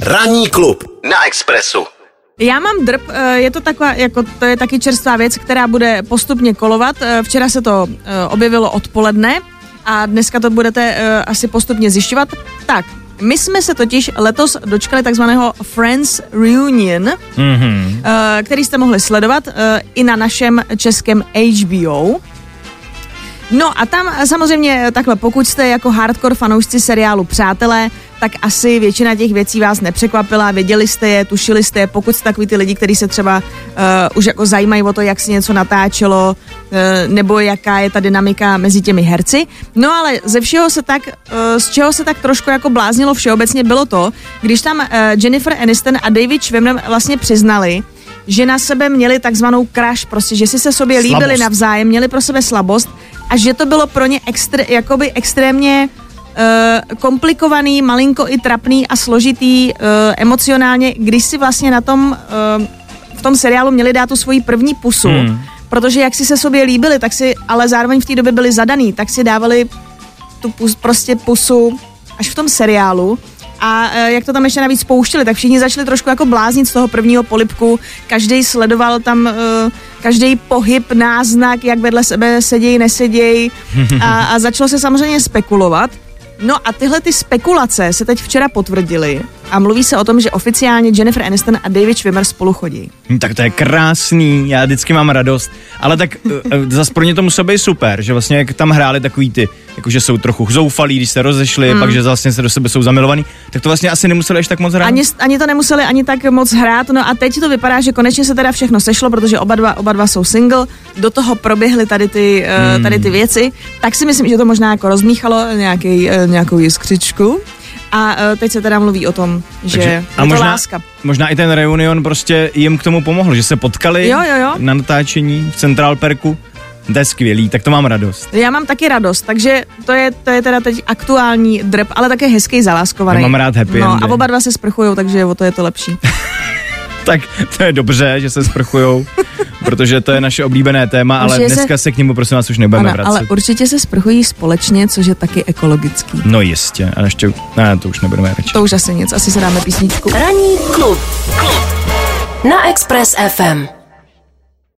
Ranní klub na Expressu. Já mám drb, je to taková, jako to je taky čerstvá věc, která bude postupně kolovat. Včera se to objevilo odpoledne a dneska to budete asi postupně zjišťovat. Tak, my jsme se totiž letos dočkali takzvaného Friends Reunion, který jste mohli sledovat i na našem českém HBO. No a tam samozřejmě takhle, pokud jste jako hardcore fanoušci seriálu Přátelé, tak asi většina těch věcí vás nepřekvapila, věděli jste je, tušili jste je, pokud jste takový ty lidi, kteří se třeba už jako zajímají o to, jak se něco natáčelo, nebo jaká je ta dynamika mezi těmi herci. No ale ze všeho se tak, z čeho se tak trošku jako bláznilo všeobecně bylo to, když tam Jennifer Aniston a David Schwimmer vlastně přiznali, že na sebe měli takzvanou crush, prostě, že si se sobě líbili navzájem, měli pro sebe slabost a že to bylo pro ně jakoby extrémně komplikovaný, malinko i trapný a složitý emocionálně, když si vlastně na tom v tom seriálu měli dát tu svoji první pusu, protože jak si se sobě líbili, tak si, ale zároveň v té době byli zadaný, tak si dávali tu pusu až v tom seriálu. A jak to tam ještě navíc pouštěli, tak všichni začali trošku jako bláznit z toho prvního polibku. Každý sledoval tam každý pohyb, náznak, jak vedle sebe sedějí, nesedějí a začalo se samozřejmě spekulovat. No a tyhle ty spekulace se teď včera potvrdily a mluví se o tom, že oficiálně Jennifer Aniston a David Schwimmer spolu chodí. Tak to je krásný, já vždycky mám radost, ale tak zas pro ně to muselo být super, že vlastně jak tam hráli takový ty, jakože jsou trochu zoufalí, když se rozešli, pak že vlastně se do sebe jsou zamilovaní, tak to vlastně asi nemuseli až tak moc hrát. Ani to nemuseli ani tak moc hrát, no a teď to vypadá, že konečně se teda všechno sešlo, protože oba dva jsou single, do toho proběhly tady ty věci, tak si myslím, že to možná jako rozmíchalo nějakou jiskřičku. A teď se teda mluví o tom, že je to láska. Možná i ten reunion prostě jim k tomu pomohl, že se potkali na natáčení v Central Perku. To je skvělý, tak to mám radost. Já mám taky radost, takže to je teda teď aktuální drb, ale také hezký zaláskovaný. Já mám rád happy endy. A oba dva se sprchujou, takže o to je to lepší. Tak to je dobře, že se sprchujou, protože to je naše oblíbené téma, ale dneska se k němu prosím vás už nebudeme vracet. Ale určitě se sprchují společně, což je taky ekologický. No jistě, a ještě, to už nebudeme radši. To už asi nic, asi se dáme písničku. Ranní klub na Express FM.